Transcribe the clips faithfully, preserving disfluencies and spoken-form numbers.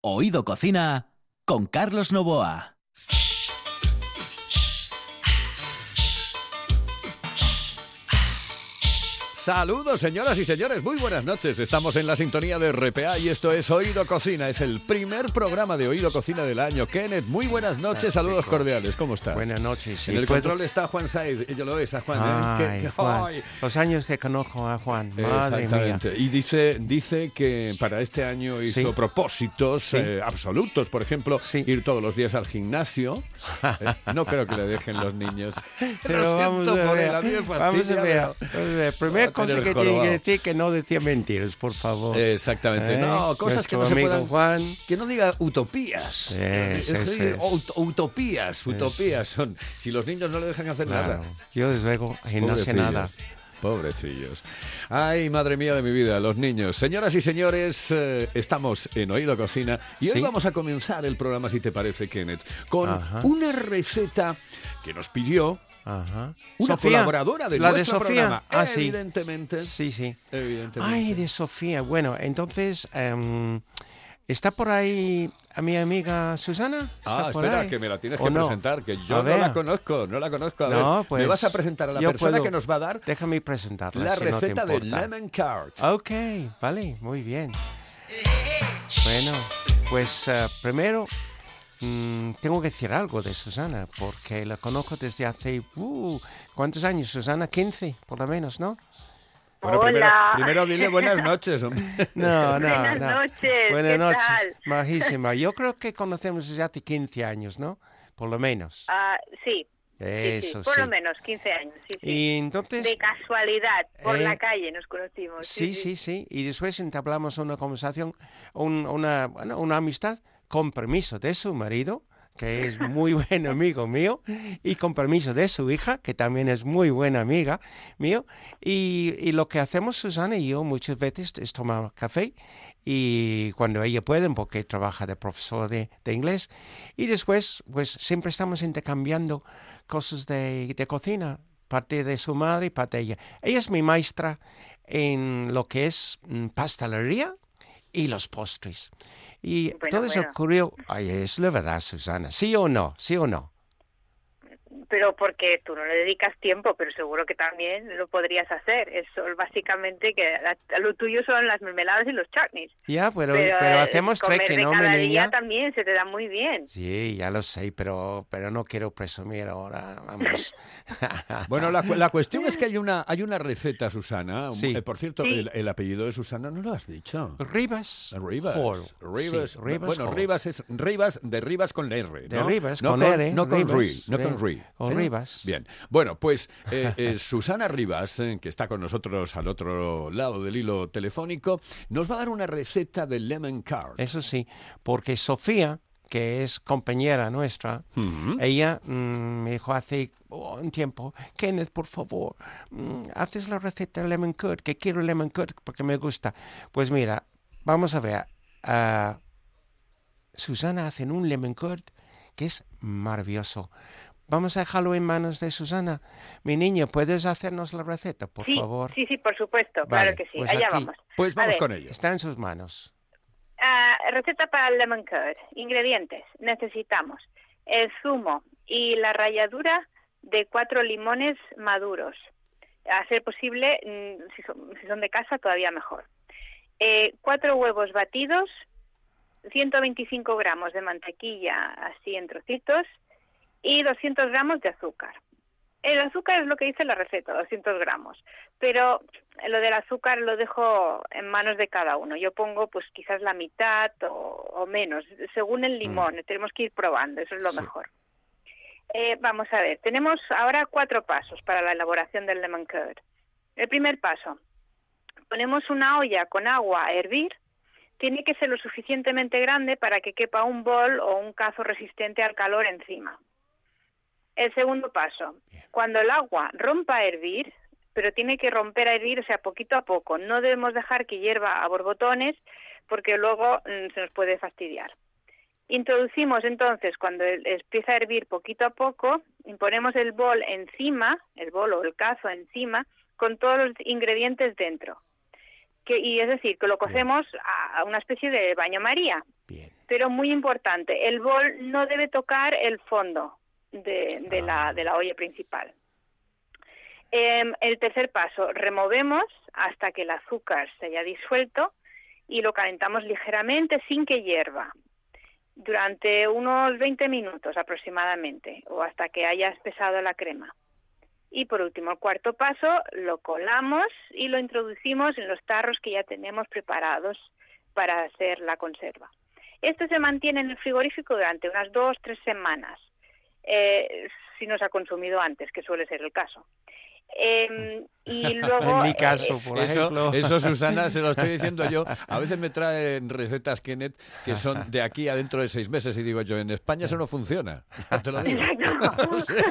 Oído Cocina con Carlos Novoa. Saludos, señoras y señores, muy buenas noches. Estamos en la sintonía de R P A y esto es Oído Cocina. Es el primer programa de Oído Cocina del año. Kenneth, muy buenas noches, saludos cordiales. ¿Cómo estás? Buenas noches. Sí, en el puedo... control está Juan Saiz, y yo lo ves a Juan. Ay, ¿eh? que... Juan. Ay. Los años que conozco a Juan, madre Exactamente. mía. Y dice, dice que para este año hizo Sí. propósitos Sí. eh, absolutos. Por ejemplo, Sí. ir todos los días al gimnasio. Eh, no creo que le dejen los niños. Pero Lo vamos siento a por ver, él, a mí me vamos fastidia, a ver, pero- vamos a ver. Primera Va a cosa tener que jorobado. tiene que decir que no decía mentiras, por favor. Exactamente. ¿Eh? No, cosas que Nuestro no se amigo puedan... Juan. Que no diga utopías. Es, Es es, que es. ut- Utopías, utopías son. Si los niños no le dejan hacer Claro. nada. Yo desde luego y no sé Pobrecillos, nada. Pobrecillos. Ay, madre mía de mi vida, los niños. Señoras y señores, eh, estamos en Oído Cocina y hoy Sí. vamos a comenzar el programa, si te parece, Kenneth, con Ajá. una receta que nos pidió Ajá. una Sofía, colaboradora de la de nuestro Sofía. programa. Ah, sí. Evidentemente. Sí, sí. Evidentemente. Ay, de Sofía. Bueno, entonces, em, ¿está por ahí a mi amiga Susana? ¿Está Ah, por espera, ahí? que me la tienes ¿O que no? presentar, que A yo no ver. la conozco, no la conozco. A No, ver, pues, me vas a presentar a la yo persona puedo- que nos va a dar Déjame presentarla. la si no te receta de importa. lemon curd. Ok, vale, muy bien. Bueno, pues eh, primero mm, tengo que decir algo de Susana, porque la conozco desde hace... Uh, ¿cuántos años, Susana? quince, por lo menos, ¿no? Bueno, primero, Hola. primero dile buenas noches, hombre. No, no, Buenas no. noches, Buenas ¿qué noches, tal? majísima. Yo creo que conocemos desde hace quince años, ¿no? Por lo menos. Ah, sí, sí, sí, Eso por sí. lo menos quince años, sí, sí. Y entonces... De casualidad, por Eh, la calle nos conocimos. Sí, sí, sí. Y después entablamos una conversación, un- una, bueno, una amistad con permiso de su marido, que es muy buen amigo mío, y con permiso de su hija, que también es muy buena amiga mío. Y, y lo que hacemos Susana y yo muchas veces es tomar café, y cuando ella puede, porque trabaja de profesor de, de inglés. Y después, pues siempre estamos intercambiando cosas de, de cocina, parte de su madre y parte de ella. Ella es mi maestra en lo que es mm, pastelería y los postres. Y Bueno, todo eso bueno. ocurrió... Ay, es la verdad, Susana. ¿Sí o no? ¿Sí o no? Pero porque tú no le dedicas tiempo, pero seguro que también lo podrías hacer. Eso básicamente que la- lo tuyo son las mermeladas y los chutneys. Ya, pero, pero, eh, hacemos comer trekking, de ¿no, mi cada niña? día también se te da muy bien. Sí, ya lo sé, pero, pero no quiero presumir ahora. Vamos. Bueno, la, cu- la cuestión es que hay una, hay una receta, Susana. Sí. Eh, por cierto, Sí. el, el apellido de Susana no lo has dicho. Rivas. Rivas. Hall. Rivas. Sí, Rivas bueno, Hall. Rivas es Rivas de Rivas con R, De ¿no? Rivas, no con con R, No con Rivas, Ri, no con Ri- Ri. con ¿eh? Rivas. Bien. Bueno, pues eh, eh, Susana Rivas, eh, que está con nosotros al otro lado del hilo telefónico, nos va a dar una receta de lemon curd. Eso sí, porque Sofía, que es compañera nuestra, Ujú. ella mm, me dijo hace oh, un tiempo, Kenneth, por favor, mm, haces la receta de lemon curd, que quiero lemon curd porque me gusta. Pues mira, vamos a ver, ah, Susana hace un lemon curd que es maravilloso. Vamos a dejarlo en manos de Susana. Mi niño, ¿puedes hacernos la receta, por sí, favor? sí, sí, por supuesto, Vale, claro que sí. pues Allá aquí. vamos. Pues A vamos ver. con ello. Está en sus manos. Ah, receta para el lemon curd. Ingredientes. Necesitamos el zumo y la ralladura de cuatro limones maduros. A ser posible, mm, si son, si son de casa, todavía mejor. Eh, cuatro huevos batidos, ciento veinticinco gramos de mantequilla así en trocitos y doscientos gramos de azúcar. El azúcar es lo que dice la receta, doscientos gramos, pero lo del azúcar lo dejo en manos de cada uno. Yo pongo pues quizás la mitad o, o menos, según el limón, tenemos que ir probando, eso es lo Sí. mejor. Eh, vamos a ver, tenemos ahora cuatro pasos para la elaboración del lemon curd. El primer paso, ponemos una olla con agua a hervir, tiene que ser lo suficientemente grande para que quepa un bol o un cazo resistente al calor encima. El segundo paso, cuando el agua rompa a hervir, pero tiene que romper a hervir, o sea, poquito a poco, no debemos dejar que hierva a borbotones porque luego mm, se nos puede fastidiar. Introducimos entonces, cuando el- empieza a hervir poquito a poco, ponemos el bol encima, el bol o el cazo encima, con todos los ingredientes dentro. Que, y es decir, que lo cocemos a una especie de baño María. Bien. pero muy importante, el bol no debe tocar el fondo de, de, la, de la olla principal. Eh, el tercer paso, removemos hasta que el azúcar se haya disuelto y lo calentamos ligeramente sin que hierva, durante unos veinte minutos aproximadamente, o hasta que haya espesado la crema. Y por último, el cuarto paso, lo colamos y lo introducimos en los tarros que ya tenemos preparados para hacer la conserva. Esto se mantiene en el frigorífico durante unas dos, tres semanas, eh, si no se ha consumido antes, que suele ser el caso. Eh, y luego, en mi caso, eh, por eso, ejemplo. eso, Susana, se lo estoy diciendo yo. A veces me traen recetas, Kenneth, que son de aquí a dentro de seis meses y digo yo, en España eso no funciona. Te lo digo. O sea,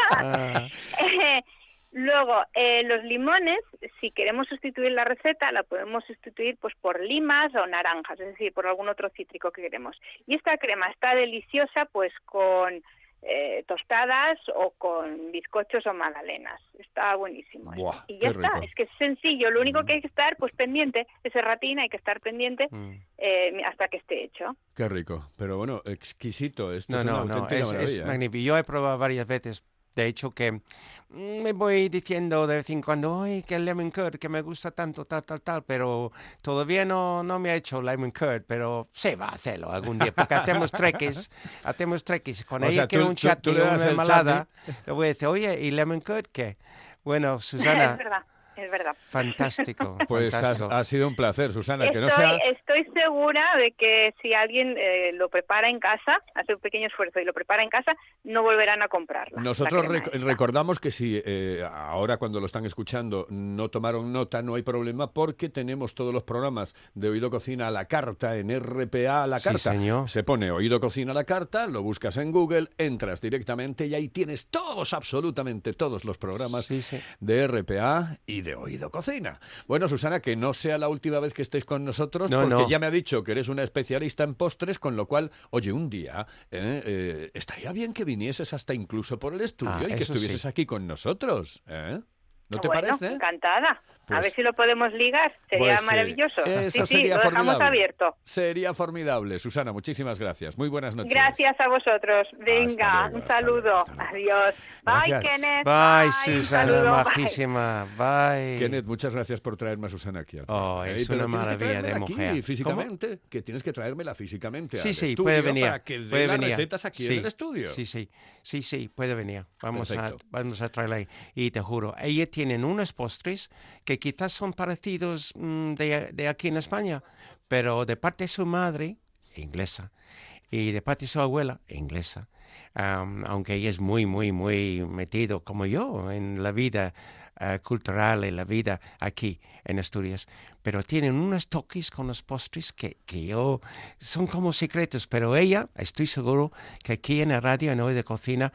Ah, eh, luego, eh, los limones, si queremos sustituir la receta, la podemos sustituir pues por limas o naranjas, es decir, por algún otro cítrico que queremos. Y esta crema está deliciosa pues con eh, tostadas o con bizcochos o magdalenas. Está buenísimo. Buah, y ya qué está, rico. es que es sencillo. Lo único que hay que estar pues pendiente, ese ratín hay que estar pendiente mm. eh, hasta que esté hecho. qué rico. Pero bueno, exquisito. Esto No, es una no, no, auténtica es, es maravilla. ¿eh? magnífico. Yo he probado varias veces. De hecho, que mm, me voy diciendo de vez en cuando, ay, que el lemon curd, que me gusta tanto, tal, tal, tal, pero todavía no, no me ha hecho lemon curd, pero se va a hacerlo algún día, porque hacemos treques, hacemos treques. Cuando O ella sea, quiere tú- un tú- chat tú y le una das el mermelada, le voy a decir, oye, ¿y lemon curd qué? Bueno, Es Susana, verdad, es verdad. fantástico, Pues ha, fantástico. ha sido un placer, Susana, que Estoy, no sea... estoy segura de que si alguien eh, lo prepara en casa, hace un pequeño esfuerzo y lo prepara en casa, no volverán a comprarla. Nosotros la crema rec- esta. recordamos que si eh, ahora cuando lo están escuchando no tomaron nota, no hay problema porque tenemos todos los programas de Oído Cocina a la carta en R P A a la Sí, carta. señor. Se pone Oído Cocina a la carta, lo buscas en Google, entras directamente y ahí tienes todos, absolutamente todos los programas Sí, sí. de R P A y de Oído Cocina. Bueno, Susana, que no sea la última vez que estés con nosotros No, porque no. ya me ha dicho que eres una especialista en postres, con lo cual, oye, un día eh, eh, estaría bien que vinieses hasta incluso por el estudio Ah, y que eso estuvieses sí. aquí con nosotros. ¿eh? ¿No te Bueno, parece? encantada. Pues- a ver si lo podemos ligar. Sería Pues, eh, maravilloso. eso sí, sería sí, lo dejamos formidable. abierto. Sería formidable. Susana, muchísimas gracias. Muy buenas noches. Gracias a vosotros. Venga, luego, un hasta saludo. luego, hasta luego. Adiós. Bye, Gracias. Kenneth. Bye, un Susana, saludo. Bye. majísima. Bye. Kenneth, muchas gracias por traerme a Susana aquí. al Oh, programa, ¿eh? es Pero una tienes que maravilla de traérmela aquí, mujer. físicamente, que tienes que traérmela físicamente Sí, al sí, estudio puede venir. para que dé puede las venir. recetas aquí sí, en el estudio. Sí, sí, sí, sí, puede venir. Vamos a, Perfecto. vamos a traerla ahí. Y te juro, ella tienen unos postres que quizás son parecidos mm, de, de aquí en España, pero de parte de su madre, inglesa, y de parte de su abuela, inglesa, um, aunque ella es muy, muy, muy metido, como yo, en la vida uh, cultural, en la vida aquí en Asturias, pero tienen unos toques con los postres que, que yo, son como secretos, pero ella, estoy seguro que aquí en la radio, en Hoy de Cocina,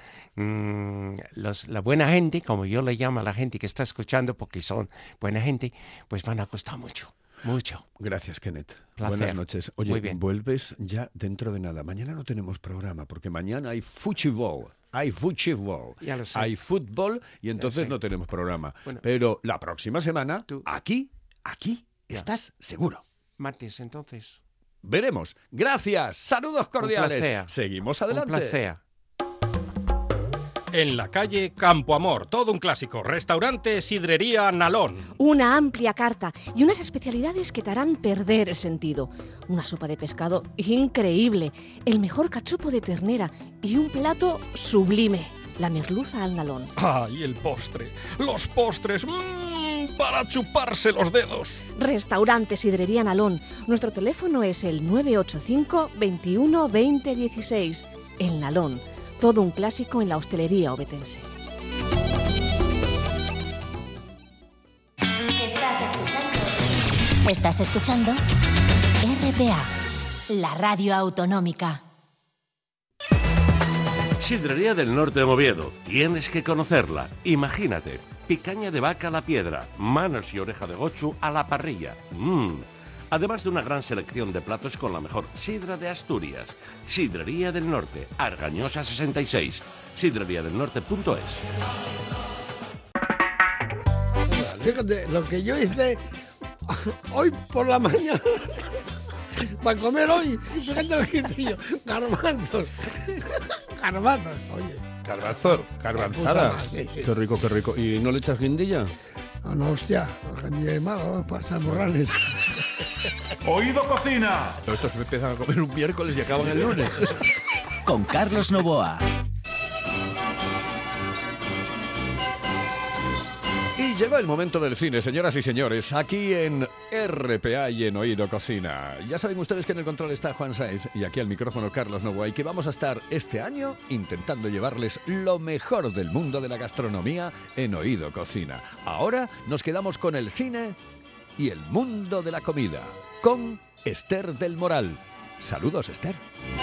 mmm, los, la buena gente, como yo le llamo a la gente que está escuchando, porque son buena gente, pues van a costar mucho. Mucho. Gracias, Kenneth. Placer. Buenas noches. Oye, Muy bien. vuelves ya dentro de nada. Mañana no tenemos programa porque mañana hay fútbol. Hay fútbol. Ya lo sé. Hay fútbol y entonces sé. no tenemos programa. Bueno. Pero la próxima semana, Tú- aquí, aquí, Ya. estás seguro. Martes, entonces. Veremos. Gracias. Saludos cordiales. placer. Seguimos adelante. Un placer. En la calle Campo Amor, todo un clásico. Restaurante Sidrería Nalón. Una amplia carta y unas especialidades que te harán perder el sentido. Una sopa de pescado increíble, el mejor cachopo de ternera y un plato sublime, la merluza al nalón. ¡Ay, el postre! ¡Los postres! ¡Mmm! Para chuparse los dedos. Restaurante Sidrería Nalón. Nuestro teléfono es el nueve ocho cinco, veintiuno, veinte, dieciséis. El Nalón. Todo un clásico en la hostelería obetense. Estás escuchando. Estás escuchando R P A, la radio autonómica. Sidrería del Norte de Oviedo. Tienes que conocerla. Imagínate, picaña de vaca a la piedra, manos y oreja de gochu a la parrilla. Mmm. Además de una gran selección de platos con la mejor sidra de Asturias. Sidrería del Norte, Argañosa sesenta y seis. sidrería del norte punto es. Fíjate, lo que yo hice hoy por la mañana para comer hoy. Fíjate lo que digo. Garbanzos. Garbanzos, oye. Garbanzos, garbanzada. Qué rico, qué rico. ¿Y no le echas guindilla? No, no, hostia. La guindilla es malo, para esas morrales. Oído Cocina. Estos me empiezan a comer un miércoles y acaban el lunes. Con Carlos Novoa. Y llegó el momento del cine, señoras y señores, aquí en R P A y en Oído Cocina. Ya saben ustedes que en el control está Juan Sáez y aquí al micrófono Carlos Novoa, y que vamos a estar este año intentando llevarles lo mejor del mundo de la gastronomía en Oído Cocina. Ahora nos quedamos con el cine y el mundo de la comida, con Esther del Moral. Saludos, Esther.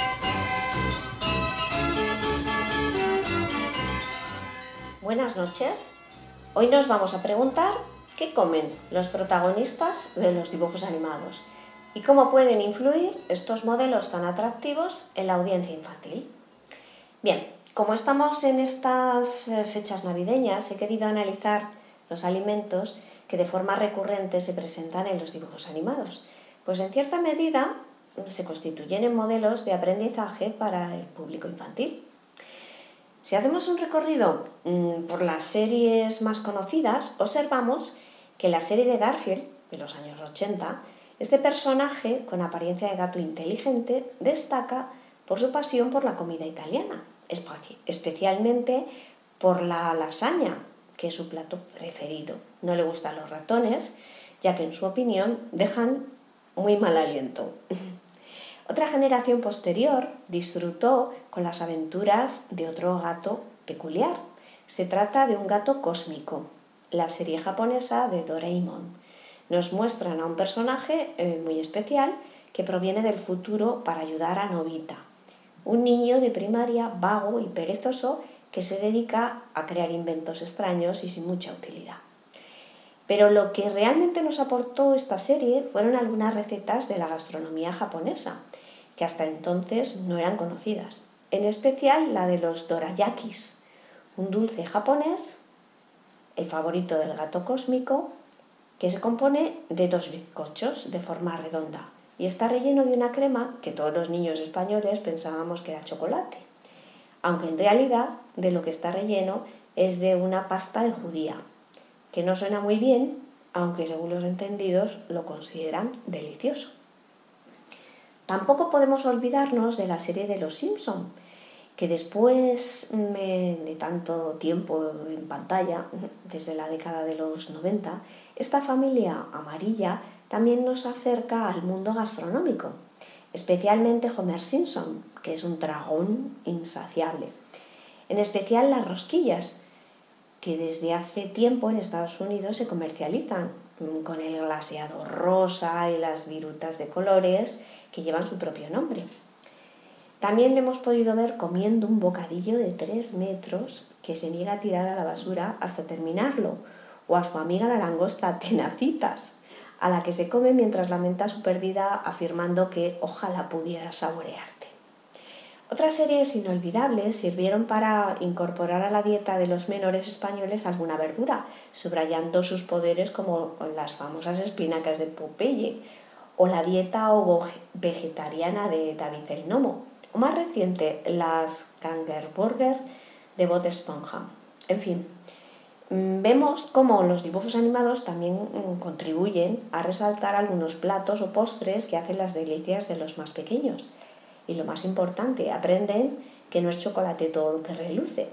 Buenas noches. Hoy nos vamos a preguntar qué comen los protagonistas de los dibujos animados y cómo pueden influir estos modelos tan atractivos en la audiencia infantil. Bien, como estamos en estas fechas navideñas, he querido analizar los alimentos que de forma recurrente se presentan en los dibujos animados, pues en cierta medida se constituyen en modelos de aprendizaje para el público infantil. Si hacemos un recorrido mmm, por las series más conocidas, observamos que en la serie de Garfield, de los años ochenta, este personaje, con apariencia de gato inteligente, destaca por su pasión por la comida italiana, especialmente por la lasaña, que es su plato preferido. No le gustan los ratones, ya que en su opinión dejan muy mal aliento. Otra generación posterior disfrutó con las aventuras de otro gato peculiar. Se trata de un gato cósmico, la serie japonesa de Doraemon. Nos muestran a un personaje eh, muy especial que proviene del futuro para ayudar a Nobita, un niño de primaria vago y perezoso que se dedica a crear inventos extraños y sin mucha utilidad. Pero lo que realmente nos aportó esta serie fueron algunas recetas de la gastronomía japonesa, que hasta entonces no eran conocidas. En especial la de los dorayakis, un dulce japonés, el favorito del gato cósmico, que se compone de dos bizcochos de forma redonda y está relleno de una crema que todos los niños españoles pensábamos que era chocolate, aunque en realidad de lo que está relleno es de una pasta de judía, que no suena muy bien, aunque según los entendidos lo consideran delicioso. Tampoco podemos olvidarnos de la serie de Los Simpson, que después de tanto tiempo en pantalla, desde la década de los noventa, esta familia amarilla también nos acerca al mundo gastronómico, especialmente Homer Simpson, que es un dragón insaciable. En especial las rosquillas, que desde hace tiempo en Estados Unidos se comercializan con el glaseado rosa y las virutas de colores que llevan su propio nombre. También le hemos podido ver comiendo un bocadillo de tres metros que se niega a tirar a la basura hasta terminarlo, o a su amiga la langosta Tenacitas, a la que se come mientras lamenta su pérdida afirmando que ojalá pudiera saborearte. Otras series inolvidables sirvieron para incorporar a la dieta de los menores españoles alguna verdura, subrayando sus poderes como las famosas espinacas de Popeye o la dieta ovo-vegetariana de David el Nomo, o más reciente, las Kangerburger de Bob Esponja. En fin, vemos cómo los dibujos animados también contribuyen a resaltar algunos platos o postres que hacen las delicias de los más pequeños. Y lo más importante, aprenden que no es chocolate todo lo que reluce.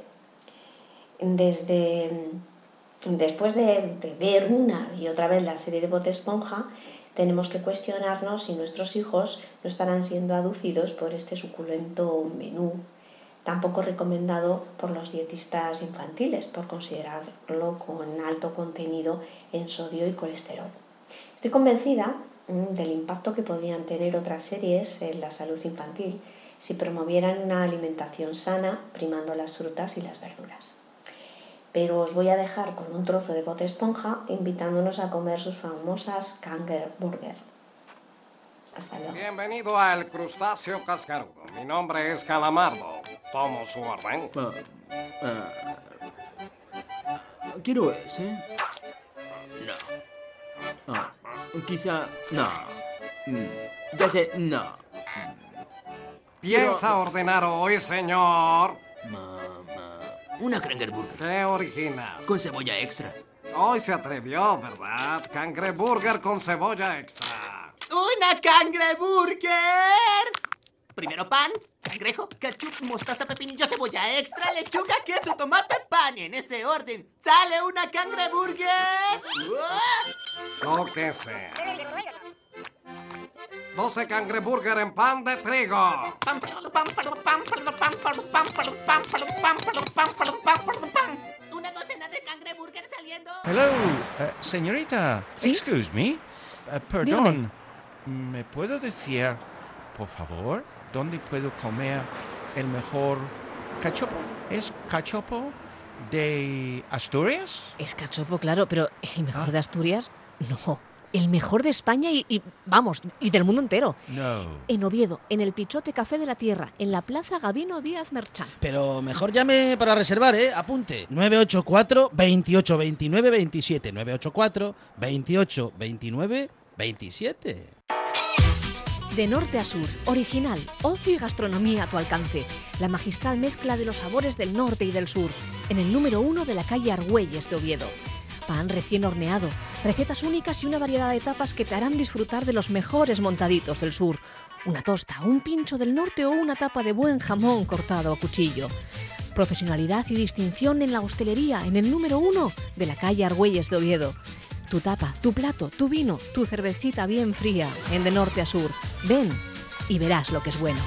Desde, después de, de ver una y otra vez la serie de Bob Esponja, tenemos que cuestionarnos si nuestros hijos no estarán siendo aducidos por este suculento menú, tan poco recomendado por los dietistas infantiles, por considerarlo con alto contenido en sodio y colesterol. Estoy convencida del impacto que podrían tener otras series en la salud infantil si promovieran una alimentación sana, primando las frutas y las verduras. Pero os voy a dejar con un trozo de Bob Esponja invitándonos a comer sus famosas Kangerburger. Hasta luego. Bienvenido al crustáceo cascarudo. Mi nombre es Calamardo. Tomo su orden. Uh, uh, quiero ese. No. Uh, quizá... No. Mm, ya sé, no. ¿Piensa Pero- ordenar hoy, señor? Mamá, una Crangerburger. ¡Qué original! Con cebolla extra. Hoy se atrevió, ¿verdad? Cangreburger con cebolla extra. ¡Una Cangreburger! Primero pan, cangrejo, ketchup, mostaza, pepinillo, cebolla extra, lechuga, queso, tomate, pan. En ese orden. ¿Sale una Cangreburger? Lo que sea. doce cangreburger en pan de trigo. Una docena de cangreburgers saliendo. Hello, eh, señorita. ¿Sí? Excuse me. Eh, perdón. ¿Me puedo decir, por favor, dónde puedo comer el mejor cachopo? ¿Es cachopo de Asturias? Es cachopo, claro, pero ¿el mejor de Asturias? No. El mejor de España y, y, vamos, y del mundo entero. No. En Oviedo, en el Pichote Café de la Tierra, en la Plaza Gabino Díaz Merchán. Pero mejor llame para reservar, ¿eh? Apunte. nueve ocho cuatro, veintiocho veintinueve, veintisiete. nueve ocho cuatro, veintiocho veintinueve, veintisiete. De norte a sur, original, ocio y gastronomía a tu alcance. La magistral mezcla de los sabores del norte y del sur. En el número uno de la calle Argüelles de Oviedo. Pan recién horneado, recetas únicas y una variedad de tapas que te harán disfrutar de los mejores montaditos del sur. Una tosta, un pincho del norte o una tapa de buen jamón cortado a cuchillo. Profesionalidad y distinción en la hostelería, en el número uno de la calle Argüelles de Oviedo. Tu tapa, tu plato, tu vino, tu cervecita bien fría, en de norte a sur. Ven y verás lo que es bueno.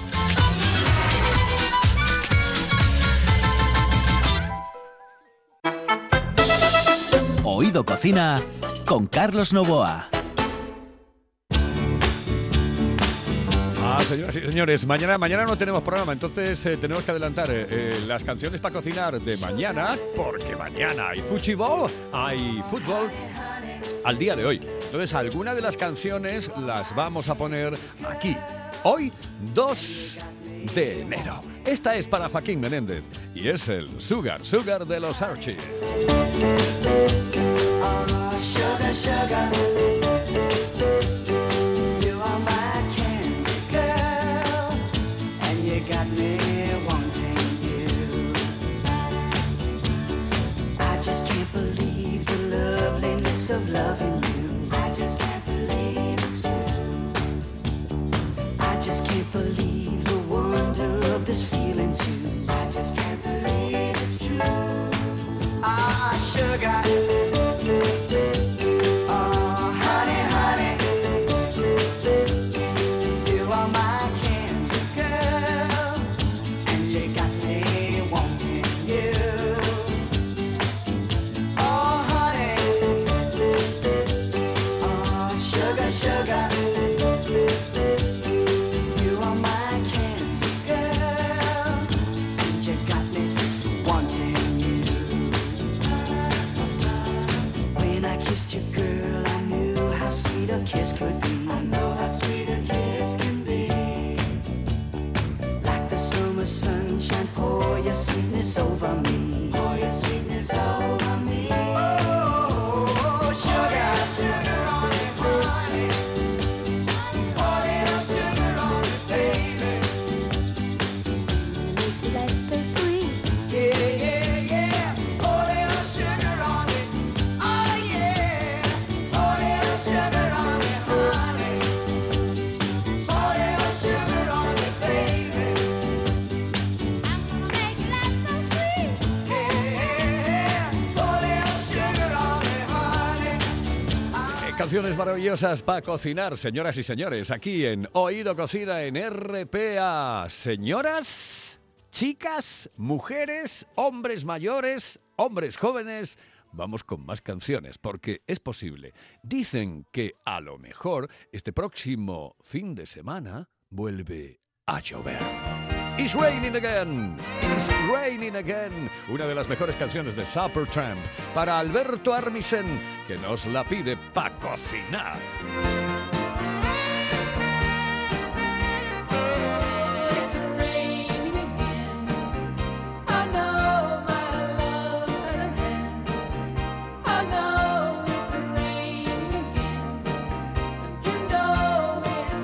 Oído Cocina con Carlos Novoa. Ah, señoras y señores, mañana, mañana no tenemos programa, entonces eh, tenemos que adelantar eh, eh, las canciones para cocinar de mañana, porque mañana hay fútbol, hay fútbol al día de hoy. Entonces, algunas de las canciones las vamos a poner aquí, hoy, dos de enero. Esta es para Joaquín Menéndez y es el Sugar, Sugar de los Archies. Oh, sugar, sugar, you are my candy girl, and you got me wanting you. I just can't believe the loveliness of loving you. I just can't believe it's true. I just can't believe the wonder of this feeling too. I just can't believe it's true. Ah, sugar. Oh, honey, honey, you are my candy girl, and you got me wanting you. Oh, honey, oh, sugar, sugar, you are my candy girl, and you got me wanting you. When I kissed you, girl, I knew how sweet a kiss could be. I know how sweet a kiss can be. Like the summer sunshine, pour your sweetness over me. Pour your sweetness over me. Oh, sugar, sugar on it, honey. Pour little sugar on it, baby. Life's so sweet. Yeah, yeah, yeah. Pour little sugar on it. Oh, yeah. Pour little sugar on it, honey. Pour little sugar on it, baby. I'm gonna make life so sweet. Yeah, yeah. Pour little sugar on it, honey. Eh, Canciones maravillosas para cocinar, señoras y señores, aquí en Oído Cocina en R P A. Señoras, chicas, mujeres, hombres mayores, hombres jóvenes, vamos con más canciones, porque es posible. Dicen que a lo mejor este próximo fin de semana vuelve a llover. It's raining again, it's raining again. Una de las mejores canciones de Supertramp para Alberto Armisen, que nos la pide pa' cocinar. It's raining again. I know my love's at an end. I know it's raining again. And you know it's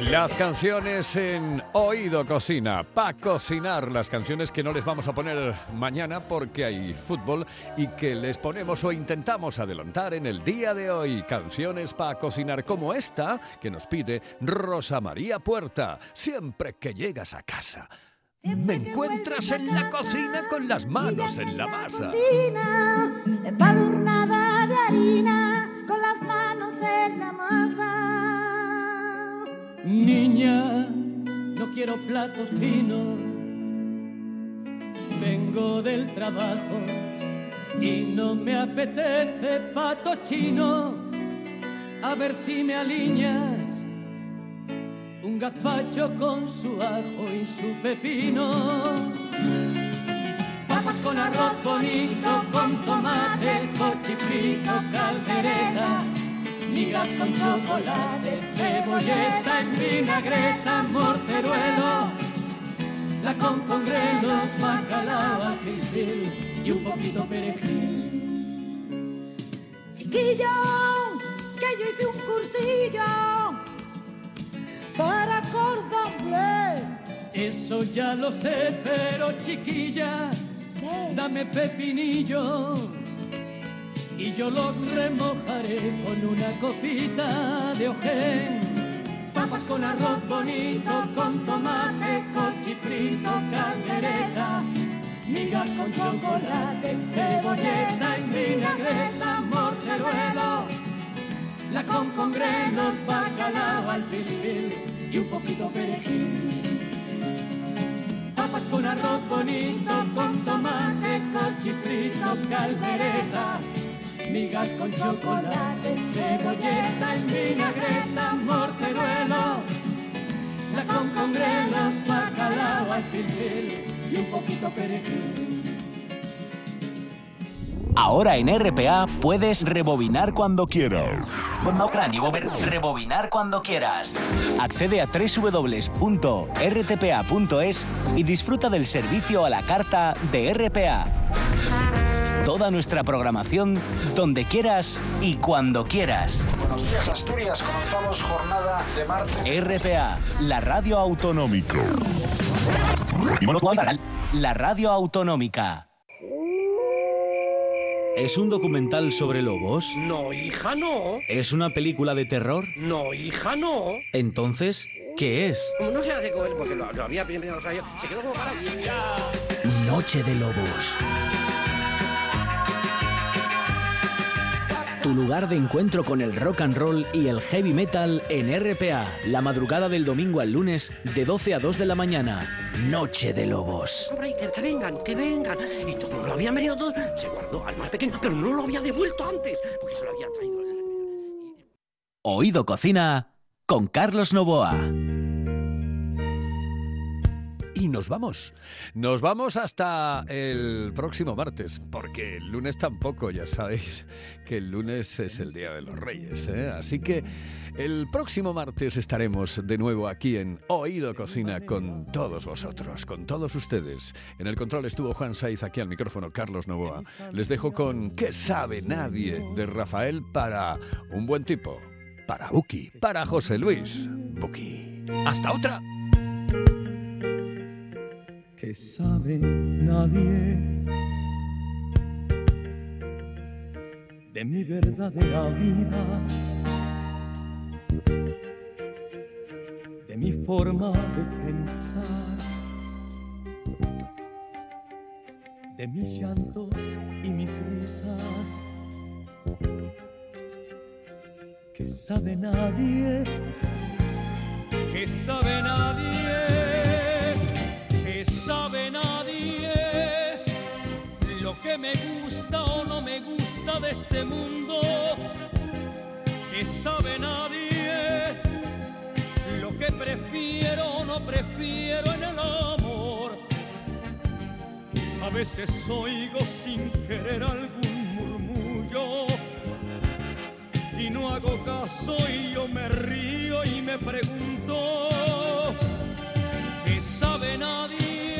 Las canciones en Oído Cocina, para cocinar, las canciones que no les vamos a poner mañana porque hay fútbol y que les ponemos o intentamos adelantar en el día de hoy. Canciones para cocinar como esta que nos pide Rosa María Puerta. Siempre que llegas a casa, me encuentras en la cocina con las manos en la masa. Empadurnada de harina, con las manos en la masa. Niña, no quiero platos finos, vengo del trabajo y no me apetece pato chino. A ver si me alineas un gazpacho con su ajo y su pepino. Papas con arroz bonito, con tomate, cochifrito, caldereta, migas con chocolate, cebolleta en vinagreta, morteruelo, la con con grelos, bacalao, ajísil y un poquito perejil. Chiquillo, que yo hice un cursillo para cordon bleu. Eso ya lo sé, pero chiquilla, dame pepinillos y yo los remojaré con una copita de ojén. Papas con arroz bonito, con tomate, cochifrito, caldereta, migas con chocolate, cebolleta en vinagreta, morteruelo, la con con grelos, bacalao al fil y un poquito perejil. Papas con arroz bonito, con tomate, cochifrito, caldereta, migas con chocolate, cebolleta en vinagreta, morteruelo, la con con grelos, bacalao al fil y un poquito perejil. Ahora en R P A puedes rebobinar cuando quieras. Rebobinar cuando quieras. Accede a doble u doble u doble u punto r t p a punto es y disfruta del servicio a la carta de R P A. Toda nuestra programación donde quieras y cuando quieras. Buenos días, Asturias. Comenzamos jornada de martes. R P A, la radio autonómica. La radio autonómica. ¿Es un documental sobre lobos? No, hija, no. ¿Es una película de terror? No, hija, no. Entonces, ¿qué es? Como no se hace con él, porque lo, lo había primero, o sea, yo, se quedó como parado. Noche de Lobos. Tu lugar de encuentro con el rock and roll y el heavy metal en R P A. La madrugada del domingo al lunes de doce a dos de la mañana. Noche de Lobos. Hombre, que, que vengan, que vengan. Y como lo habían venido todos, se guardó al más pequeño, pero no lo había devuelto antes, porque se lo había traído. Oído Cocina con Carlos Novoa. Y nos vamos. Nos vamos hasta el próximo martes, porque el lunes tampoco, ya sabéis que el lunes es el Día de los Reyes, ¿eh? Así que el próximo martes estaremos de nuevo aquí en Oído Cocina con todos vosotros, con todos ustedes. En el control estuvo Juan Saiz, aquí al micrófono Carlos Novoa. Les dejo con ¿Qué sabe nadie? De Rafael para un buen tipo, para Buki, para José Luis. Buki. ¡Hasta otra! Que sabe nadie de mi verdadera vida, de mi forma de pensar, de mis llantos y mis risas. Que sabe nadie, que sabe nadie. Sabe nadie lo que me gusta o no me gusta de este mundo. Que sabe nadie lo que prefiero o no prefiero en el amor. A veces oigo sin querer algún murmullo y no hago caso y yo me río y me pregunto ¿qué sabe nadie?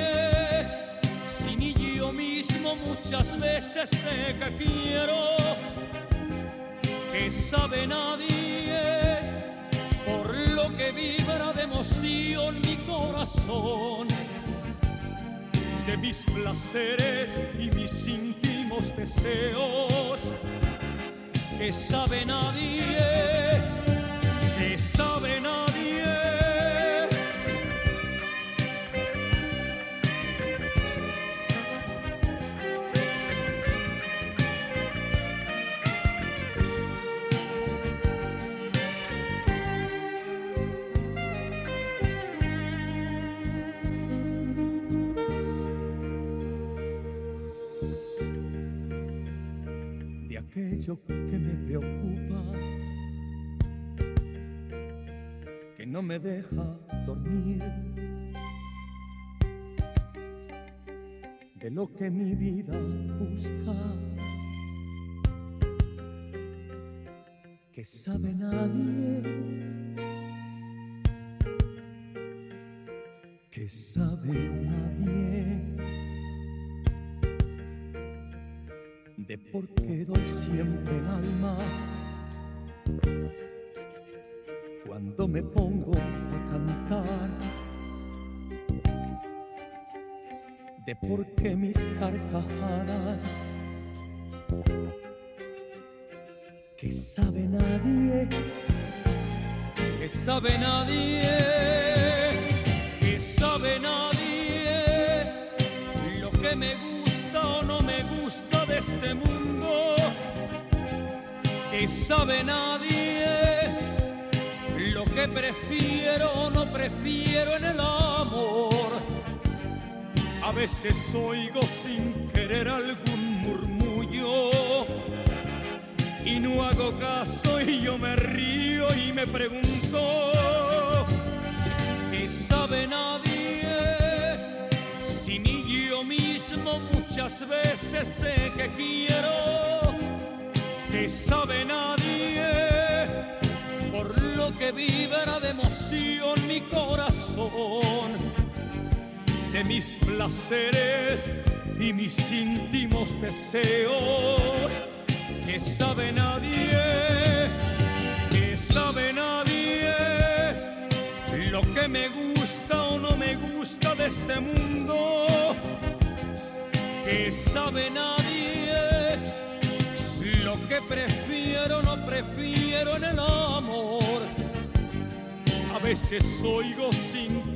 Mismo muchas veces sé que quiero. Que sabe nadie por lo lo que vibra de emoción mi corazón, de mis placeres y mis íntimos deseos, que sabe nadie, que sabe nadie. De aquello que me preocupa, que no me deja dormir, de lo que mi vida busca, que sabe nadie, que sabe nadie, de por qué doy siempre el alma cuando me pongo a cantar, de por qué mis carcajadas, que sabe nadie, que sabe nadie, que sabe nadie, lo que me gusta o no me gusta de este mundo, que sabe nadie, lo que prefiero o no prefiero en el amor. A veces oigo sin querer algún murmullo y no hago caso y yo me río y me pregunto, ¿qué sabe nadie? Si ni yo mismo muchas veces sé que quiero, ¿qué sabe nadie? Por lo que vibra de emoción mi corazón, de mis placeres y mis íntimos deseos, que sabe nadie, que sabe nadie, lo que me gusta o no me gusta de este mundo, que sabe nadie, lo que prefiero o no prefiero en el amor. A veces oigo sin